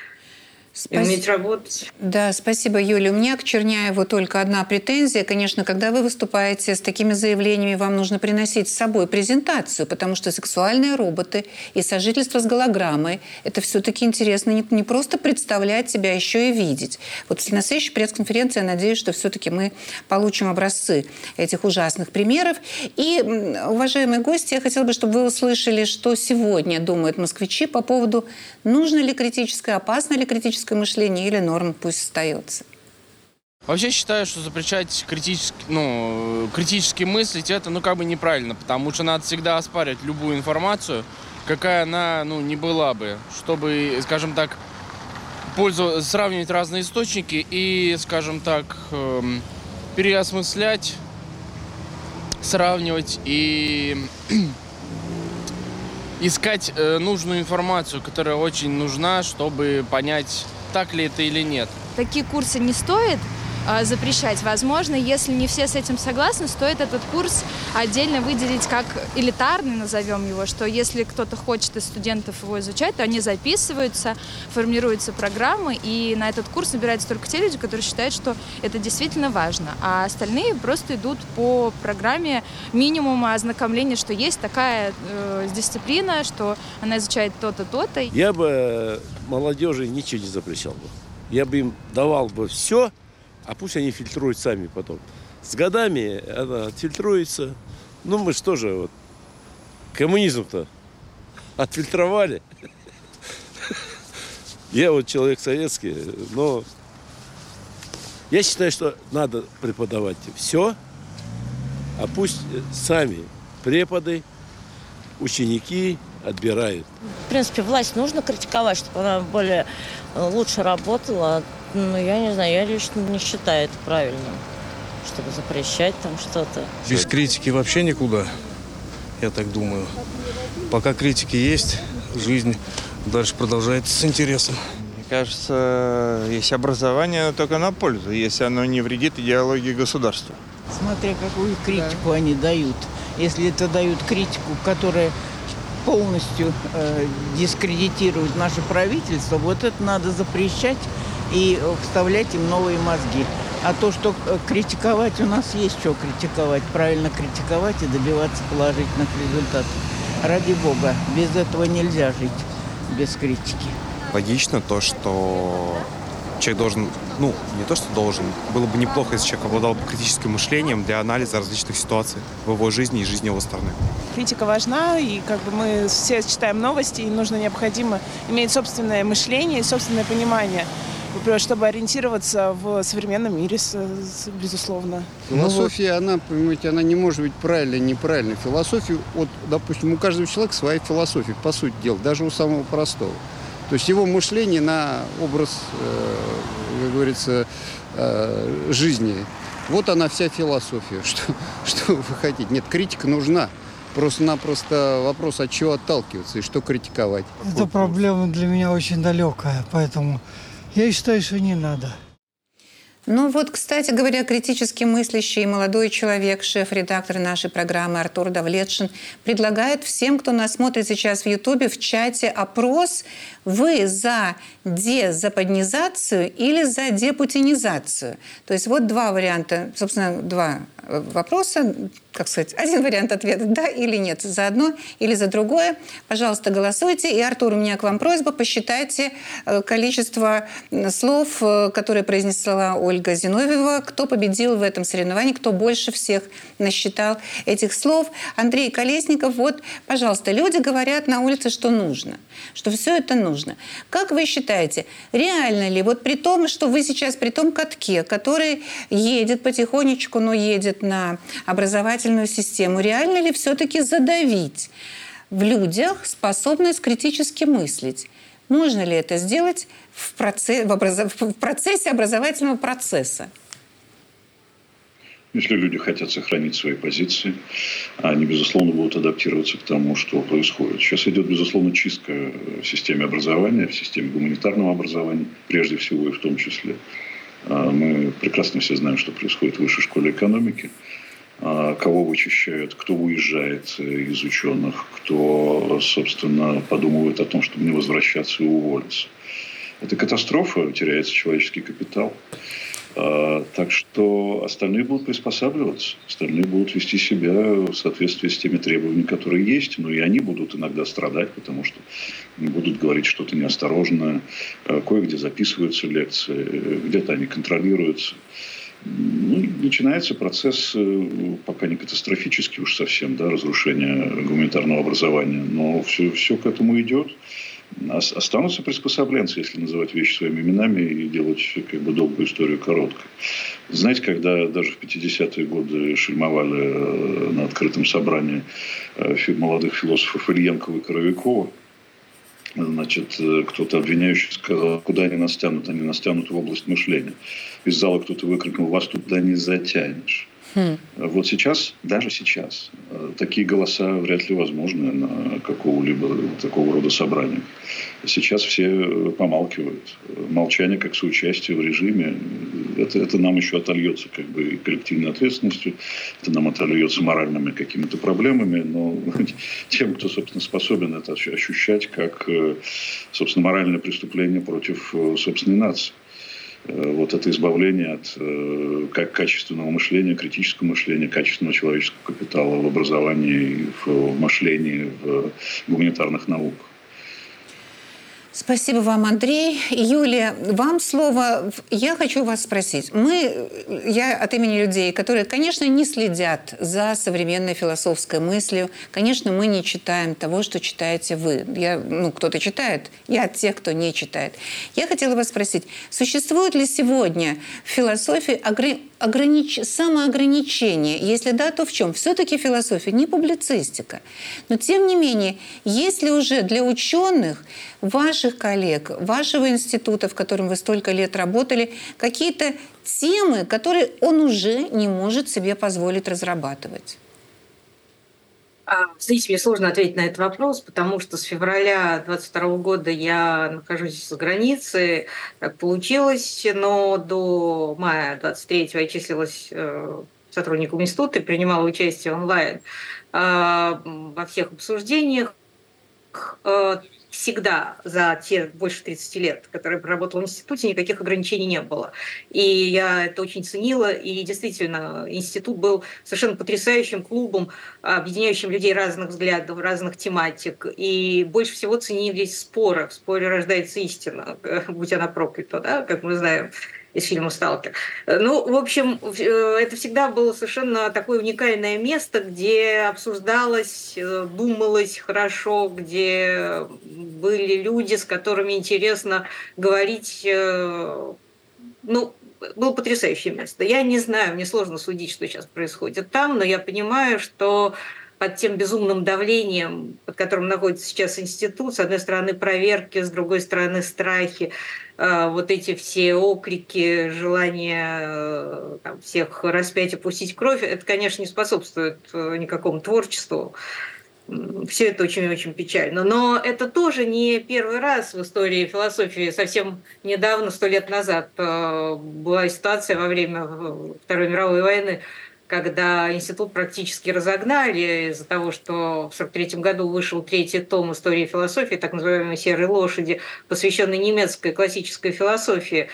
Speaker 7: И уметь работать.
Speaker 1: Да, спасибо, Юля. У меня к Черняеву только одна претензия. Конечно, когда вы выступаете с такими заявлениями, вам нужно приносить с собой презентацию, потому что сексуальные роботы и сожительство с голограммой – это все-таки интересно не, не просто представлять себя, а еще и видеть. Вот на следующей пресс-конференции я надеюсь, что все-таки мы получим образцы этих ужасных примеров. И, уважаемые гости, я хотела бы, чтобы вы услышали, что сегодня думают москвичи по поводу, нужно ли критическое, опасно ли критическое мышление или норма пусть остается.
Speaker 10: Вообще считаю, что запрещать критически, ну, критически мыслить это ну, как бы неправильно, потому что надо всегда оспаривать любую информацию, какая она ну, не была бы, чтобы, скажем так, пользу... сравнивать разные источники и, скажем так, эм, переосмыслять, сравнивать и искать э, нужную информацию, которая очень нужна, чтобы понять, так ли это или нет.
Speaker 11: Такие курсы не стоит э, запрещать. Возможно, если не все с этим согласны, стоит этот курс отдельно выделить как элитарный, назовем его, что если кто-то хочет из студентов его изучать, то они записываются, формируются программы, и на этот курс набираются только те люди, которые считают, что это действительно важно. А остальные просто идут по программе минимума ознакомления, что есть такая э, дисциплина, что она изучает то-то, то-то.
Speaker 12: Я бы молодежи ничего не запрещал бы. Я бы им давал бы все, а пусть они фильтруют сами потом. С годами она отфильтруется. Ну, мы что же, вот, коммунизм-то отфильтровали. Я вот человек советский, но я считаю, что надо преподавать все, а пусть сами преподы, ученики отбирают.
Speaker 13: В принципе, власть нужно критиковать, чтобы она более лучше работала. Но я не знаю, я лично не считаю это правильным, чтобы запрещать там что-то.
Speaker 14: Без критики вообще никуда, я так думаю. Пока критики есть, жизнь дальше продолжается с интересом.
Speaker 15: Мне кажется, есть образование только на пользу, если оно не вредит идеологии государства.
Speaker 16: Смотря какую критику они дают. Если это дают критику, которая полностью э, дискредитирует наше правительство, вот это надо запрещать и вставлять им новые мозги. А то, что критиковать, у нас есть что критиковать, правильно критиковать и добиваться положительных результатов. Ради бога, без этого нельзя жить, без критики.
Speaker 17: Логично то, что человек должен, ну, не то, что должен, было бы неплохо, если человек обладал бы критическим мышлением для анализа различных ситуаций в его жизни и жизни его страны.
Speaker 18: Критика важна, и как бы мы все читаем новости, и нужно необходимо иметь собственное мышление и собственное понимание, чтобы ориентироваться в современном мире, безусловно.
Speaker 19: Философия, она, понимаете, она не может быть правильной, неправильной. Философия, вот, допустим, у каждого человека своя философия, по сути дела, даже у самого простого. То есть его мышление на образ, э, как говорится, э, жизни. Вот она вся философия. Что, что вы хотите? Нет, критика нужна. Просто-напросто вопрос, от чего отталкиваться и что критиковать.
Speaker 20: Эта проблема для меня очень далекая, поэтому я считаю, что не надо.
Speaker 1: Ну вот, кстати говоря, критически мыслящий молодой человек, шеф-редактор нашей программы Артур Давлетшин, предлагает всем, кто нас смотрит сейчас в Ютубе, в чате опрос: вы за дезападнизацию или за депутинизацию? То есть вот два варианта, собственно, два вопроса, как сказать, один вариант ответа: да или нет, за одно или за другое. Пожалуйста, голосуйте. И, Артур, у меня к вам просьба: посчитайте количество слов, которые произнесла Ольга Зиновьева, кто победил в этом соревновании, кто больше всех насчитал этих слов. Андрей Колесников, вот, пожалуйста, люди говорят на улице, что нужно, что все это нужно. Как вы считаете, реально ли, вот при том, что вы сейчас при том катке, который едет потихонечку, но едет на образовательную систему, реально ли все-таки задавить в людях способность критически мыслить? Можно ли это сделать в, процесс, в, образ... в процессе образовательного процесса?
Speaker 6: Если люди хотят сохранить свои позиции, они, безусловно, будут адаптироваться к тому, что происходит. Сейчас идет, безусловно, чистка в системе образования, в системе гуманитарного образования, прежде всего и в том числе. Мы прекрасно все знаем, что происходит в высшей школе экономики. Кого вычищают, кто уезжает из ученых, кто, собственно, подумывает о том, чтобы не возвращаться и уволиться. Это катастрофа, теряется человеческий капитал. Так что остальные будут приспосабливаться, остальные будут вести себя в соответствии с теми требованиями, которые есть, но и они будут иногда страдать, потому что будут говорить что-то неосторожное, кое-где записываются лекции, где-то они контролируются. Ну, начинается процесс, пока не катастрофический уж совсем, да, разрушения гуманитарного образования, но все, все к этому идет. Останутся приспособленцы, если называть вещи своими именами и делать как бы долгую историю короткой. Знаете, когда даже в пятидесятые годы шельмовали на открытом собрании молодых философов Ильенкова и Коровикова, значит, кто-то обвиняющий сказал: куда они нас тянут? Они нас тянут в область мышления. Из зала кто-то выкрикнул: вас туда не затянешь. Хм. Вот сейчас, даже сейчас, такие голоса вряд ли возможны на какого-либо такого рода собрании. Сейчас все помалкивают. Молчание как соучастие в режиме, это, это нам еще отольется как бы и коллективной ответственностью, это нам отольется моральными какими-то проблемами, но тем, кто, собственно, способен это ощущать как, собственно, моральное преступление против собственной нации. Вот это избавление от как качественного мышления, критического мышления, качественного человеческого капитала в образовании, в мышлении, в гуманитарных науках.
Speaker 1: Спасибо вам, Андрей. Юлия, вам слово. Я хочу вас спросить. Мы, я от имени людей, которые, конечно, не следят за современной философской мыслью, конечно, мы не читаем того, что читаете вы. Я, ну, кто-то читает, я от тех, кто не читает. Я хотела вас спросить, существует ли сегодня в философии огр... огранич... самоограничение? Если да, то в чем? Все-таки философия не публицистика. Но, тем не менее, есть ли уже для ученых, ваших коллег, вашего института, в котором вы столько лет работали, какие-то темы, которые он уже не может себе позволить разрабатывать?
Speaker 7: Знаете, мне сложно ответить на этот вопрос, потому что с февраля двадцать второго года я нахожусь за границей, так получилось, но до мая двадцать третьего я числилась сотрудником института и принимала участие онлайн во всех обсуждениях. Всегда за те больше тридцати лет, которые проработала в институте, никаких ограничений не было. И я это очень ценила. И действительно, институт был совершенно потрясающим клубом, объединяющим людей разных взглядов, разных тематик. И больше всего ценились споры. В споре рождается истина, будь она проклята, да, как мы знаем из фильма «Сталкер». Ну, в общем, это всегда было совершенно такое уникальное место, где обсуждалось, думалось хорошо, где были люди, с которыми интересно говорить. Ну, было потрясающее место. Я не знаю, мне сложно судить, что сейчас происходит там, но я понимаю, что под тем безумным давлением, под которым находится сейчас институт, с одной стороны проверки, с другой стороны страхи, вот эти все окрики, желание там, всех распять и пустить кровь, это, конечно, не способствует никакому творчеству. Все это очень-очень печально. Но это тоже не первый раз в истории философии. Совсем недавно, сто лет назад, была ситуация во время Второй мировой войны, когда институт практически разогнали из-за того, что в сорок третьем году вышел третий том истории философии, так называемой «Серой лошади», посвященный немецкой классической философии.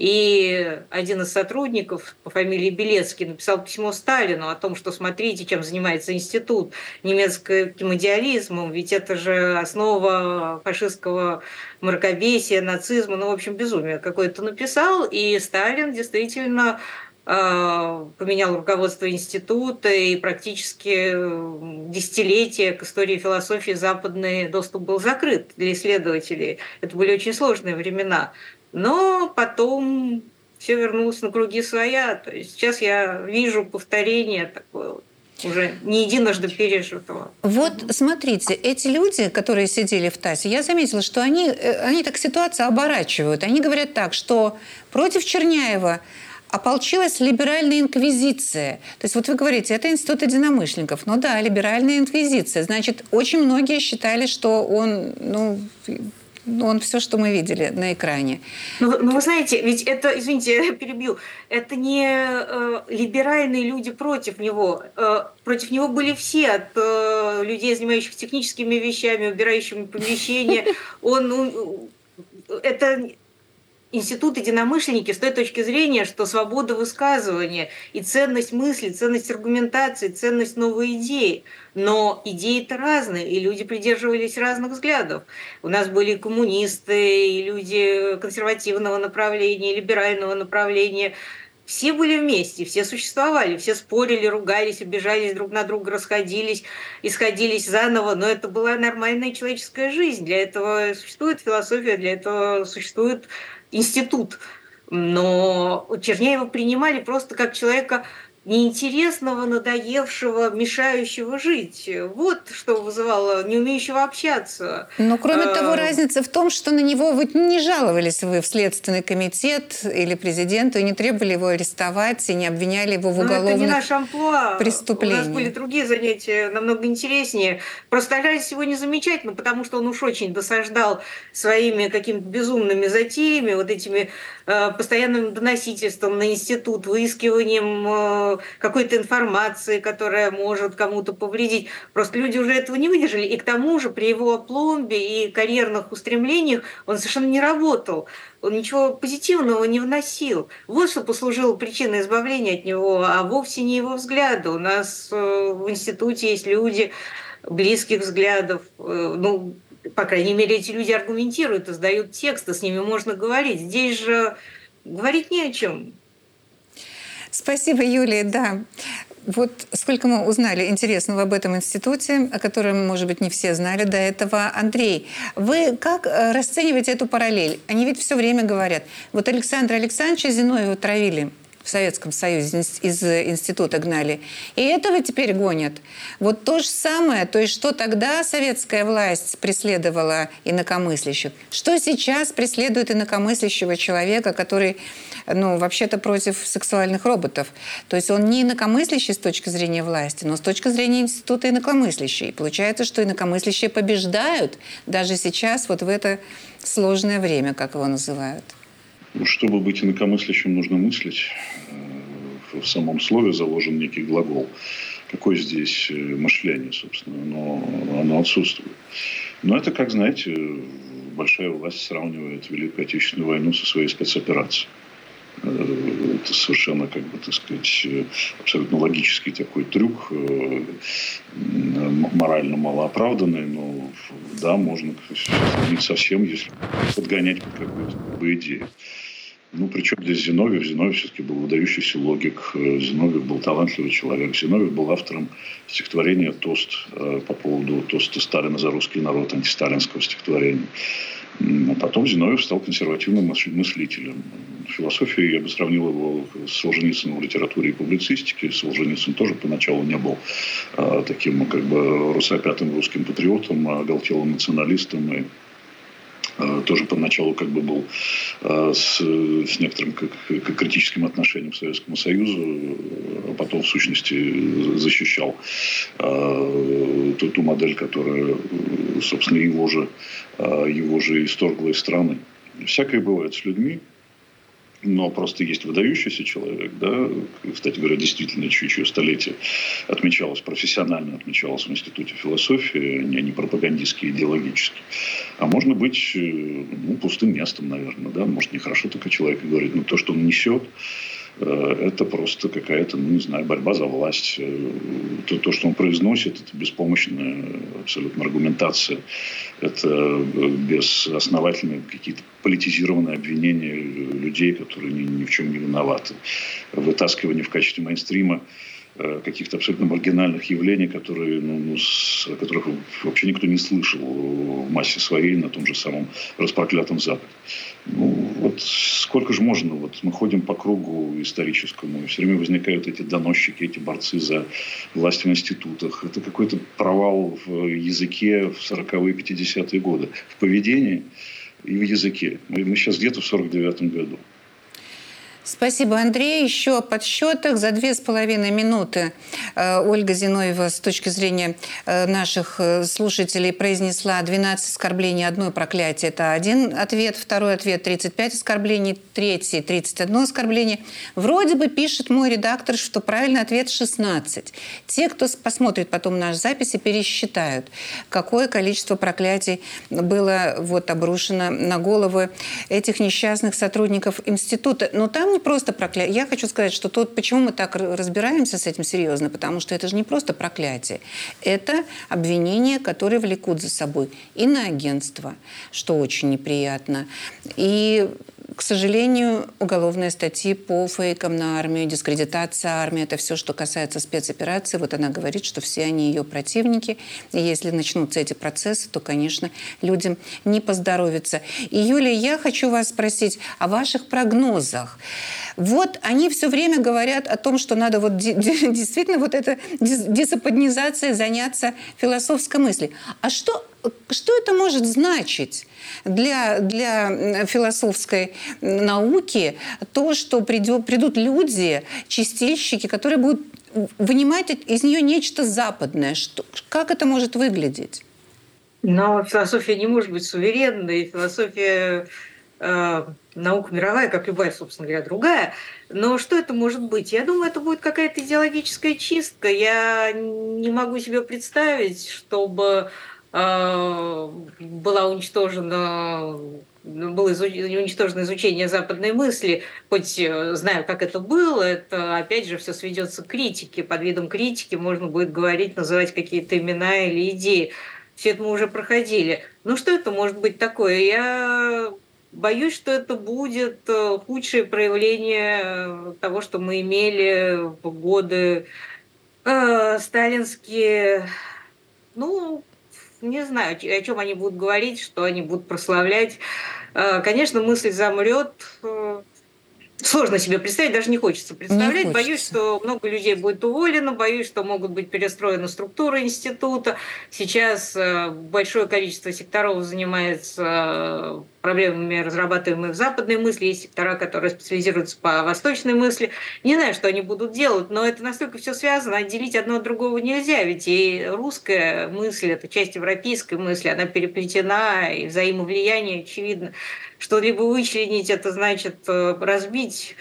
Speaker 7: И один из сотрудников по фамилии Белецкий написал письмо Сталину о том, что смотрите, чем занимается институт, немецким идеализмом, ведь это же основа фашистского мракобесия, нацизма, ну, в общем, безумие какое-то написал. И Сталин действительно поменял руководство института, и практически десятилетия к истории философии западный доступ был закрыт для исследователей. Это были очень сложные времена. Но потом все вернулось на круги своя. То есть сейчас я вижу повторение такое уже не единожды пережитого.
Speaker 1: Вот смотрите, эти люди, которые сидели в ТАССе, я заметила, что они, они так ситуацию оборачивают. Они говорят так, что против Черняева ополчилась либеральная инквизиция. То есть вот вы говорите, это институт единомышленников. Ну да, либеральная инквизиция. Значит, очень многие считали, что он, ну, он все, что мы видели на экране.
Speaker 7: Ну, ну вы знаете, ведь это, извините, я перебью, это не э, либеральные люди против него. Э, против него были все, от э, людей, занимающихся техническими вещами, убирающими помещения. Он, ну, это... Институт единомышленники с той точки зрения, что свобода высказывания и ценность мысли, ценность аргументации, ценность новой идеи. Но идеи-то разные, и люди придерживались разных взглядов. У нас были коммунисты, и люди консервативного направления, либерального направления. Все были вместе, все существовали, все спорили, ругались, обижались друг на друга, расходились, исходились заново, но это была нормальная человеческая жизнь. Для этого существует философия, для этого существует институт. Но Черняева принимали просто как человека неинтересного, надоевшего, мешающего жить. Вот что вызывало, не умеющего общаться.
Speaker 1: Но кроме а... того, разница в том, что на него вы не жаловались вы в Следственный комитет или президенту, и не требовали его арестовать, и не обвиняли его в уголовных преступлениях. Это не наш амплуа.
Speaker 7: У нас были другие занятия, намного интереснее. Просто старались его не замечать, ну, потому что он уж очень досаждал своими какими-то безумными затеями, вот этими э, постоянным доносительством на институт, выискиванием э, какой-то информации, которая может кому-то повредить. Просто люди уже этого не выдержали. И к тому же при его опломбе и карьерных устремлениях он совершенно не работал. Он ничего позитивного не вносил. Вот что послужило причиной избавления от него, а вовсе не его взгляды. У нас в институте есть люди близких взглядов. Ну, по крайней мере, эти люди аргументируют, издают тексты, с ними можно говорить. Здесь же говорить не о чем.
Speaker 1: Спасибо, Юлия, да. Вот сколько мы узнали интересного об этом институте, о котором, может быть, не все знали до этого. Андрей, вы как расцениваете эту параллель? Они ведь все время говорят, вот Александра Александровича Зиновьева травили в Советском Союзе, из института гнали. И этого теперь гонят. Вот то же самое, то есть что тогда советская власть преследовала инакомыслящих, что сейчас преследует инакомыслящего человека, который, ну, вообще-то против сексуальных роботов. То есть он не инакомыслящий с точки зрения власти, но с точки зрения института инакомыслящий. И получается, что инакомыслящие побеждают даже сейчас, вот в это сложное время, как его называют.
Speaker 6: Чтобы быть инакомыслящим, нужно мыслить. В самом слове заложен некий глагол. Какое здесь мышление, собственно? Но оно отсутствует. Но это, как знаете, большая власть сравнивает Великую Отечественную войну со своей спецоперацией. Это совершенно, как бы, так сказать, абсолютно логический такой трюк, морально малооправданный, но да, можно сравнить совсем, если подгонять под какую-то идею. Ну, причем здесь Зиновьев. Зиновьев все-таки был выдающийся логик. Зиновьев был талантливый человек. Зиновьев был автором стихотворения «Тост» по поводу тоста Сталина за русский народ, антисталинского стихотворения. А потом Зиновьев стал консервативным мыслителем. В философии я бы сравнил его с Солженицыным в литературе и публицистике. Солженицын тоже поначалу не был а, таким, как бы, русопятым русским патриотом, а оголтелым националистом и тоже поначалу как бы был с, с некоторым как, как критическим отношением к Советскому Союзу, а потом, в сущности, защищал ту, ту модель, которая, собственно, его же, его же исторгла из страны. Всякое бывает с людьми. Но просто есть выдающийся человек, да, кстати говоря, действительно, чье столетие отмечалось профессионально, отмечалось в Институте философии, а не пропагандистски, идеологически. А можно быть, ну, пустым местом, наверное, да, может, нехорошо такой человек говорит, но то, что он несет, это просто какая-то, ну, не знаю, борьба за власть. То, то, что он произносит, это беспомощная абсолютно аргументация. Это безосновательные какие-то политизированные обвинения людей, которые ни, ни в чем не виноваты. Вытаскивание в качестве мейнстрима каких-то абсолютно маргинальных явлений, которые, ну, ну, с, о которых вообще никто не слышал в массе своей на том же самом распроклятом Западе. Ну, вот сколько же можно? Вот мы ходим по кругу историческому, и все время возникают эти доносчики, эти борцы за власть в институтах. Это какой-то провал в языке в сороковые, пятидесятые годы, в поведении и в языке. Мы, мы сейчас где-то в сорок девятом году.
Speaker 1: Спасибо, Андрей. Еще о подсчетах. За две с половиной минуты э, Ольга Зиновьева с точки зрения э, наших слушателей произнесла двенадцать оскорблений, одно проклятие. Это один ответ. Второй ответ – тридцать пять оскорблений. Третий – тридцать одно оскорбление. Вроде бы пишет мой редактор, что правильный ответ – шестнадцать. Те, кто посмотрит потом наши записи, пересчитают, какое количество проклятий было вот обрушено на головы этих несчастных сотрудников института. Но там не просто проклятие. Я хочу сказать, что тут, почему мы так разбираемся с этим серьезно, потому что это же не просто проклятие. Это обвинения, которые влекут за собой иноагентство, что очень неприятно. И, к сожалению, уголовные статьи по фейкам на армию, дискредитация армии, это все, что касается спецоперации. Вот она говорит, что все они ее противники. И если начнутся эти процессы, то, конечно, людям не поздоровится. И, Юлия, я хочу вас спросить о ваших прогнозах. Вот они все время говорят о том, что надо вот действительно вот эта дезападнизация заняться философской мыслью. А что, что это может значить для, для философской науки? То, что придет, придут люди, чистильщики, которые будут вынимать из нее нечто западное. Что, как это может выглядеть?
Speaker 7: Но философия не может быть суверенной. Философия э, наука мировая, как любая, собственно говоря, другая. Но что это может быть? Я думаю, это будет какая-то идеологическая чистка. Я не могу себе представить, чтобы э, была уничтожена... было уничтожено изучение западной мысли, хоть знаю, как это было, это опять же все сведется к критике. Под видом критики можно будет говорить, называть какие-то имена или идеи. Все это мы уже проходили. Ну что это может быть такое? Я боюсь, что это будет худшее проявление того, что мы имели в годы э, сталинские. Ну, не знаю, о чем они будут говорить, что они будут прославлять. Конечно, мысль замрет. Сложно себе представить, даже не хочется представлять. Не хочется. Боюсь, что много людей будет уволено, боюсь, что могут быть перестроены структуры института. Сейчас большое количество секторов занимается проблемами, разрабатываемыми в западной мысли. Есть сектора, которые специализируются по восточной мысли. Не знаю, что они будут делать, но это настолько все связано, отделить одно от другого нельзя. Ведь и русская мысль, это часть европейской мысли, она переплетена, и взаимовлияние очевидно. Что-либо вычленить, это значит разбить.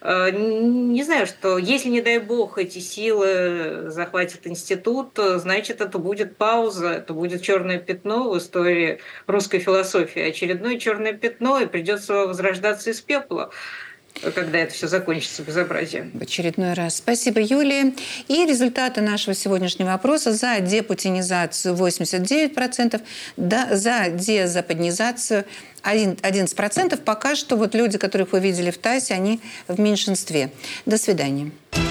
Speaker 7: Не знаю, что если, не дай бог, эти силы захватят институт, значит, это будет пауза, это будет черное пятно в истории русской философии. Очередное черное пятно, и придется возрождаться из пепла, когда это все закончится безобразием.
Speaker 1: В очередной раз. Спасибо, Юлия. И результаты нашего сегодняшнего опроса: за депутинизацию восемьдесят девять процентов, да, за дезападнизацию одиннадцать процентов. Пока что вот люди, которых вы видели в ТАССе, они в меньшинстве. До свидания.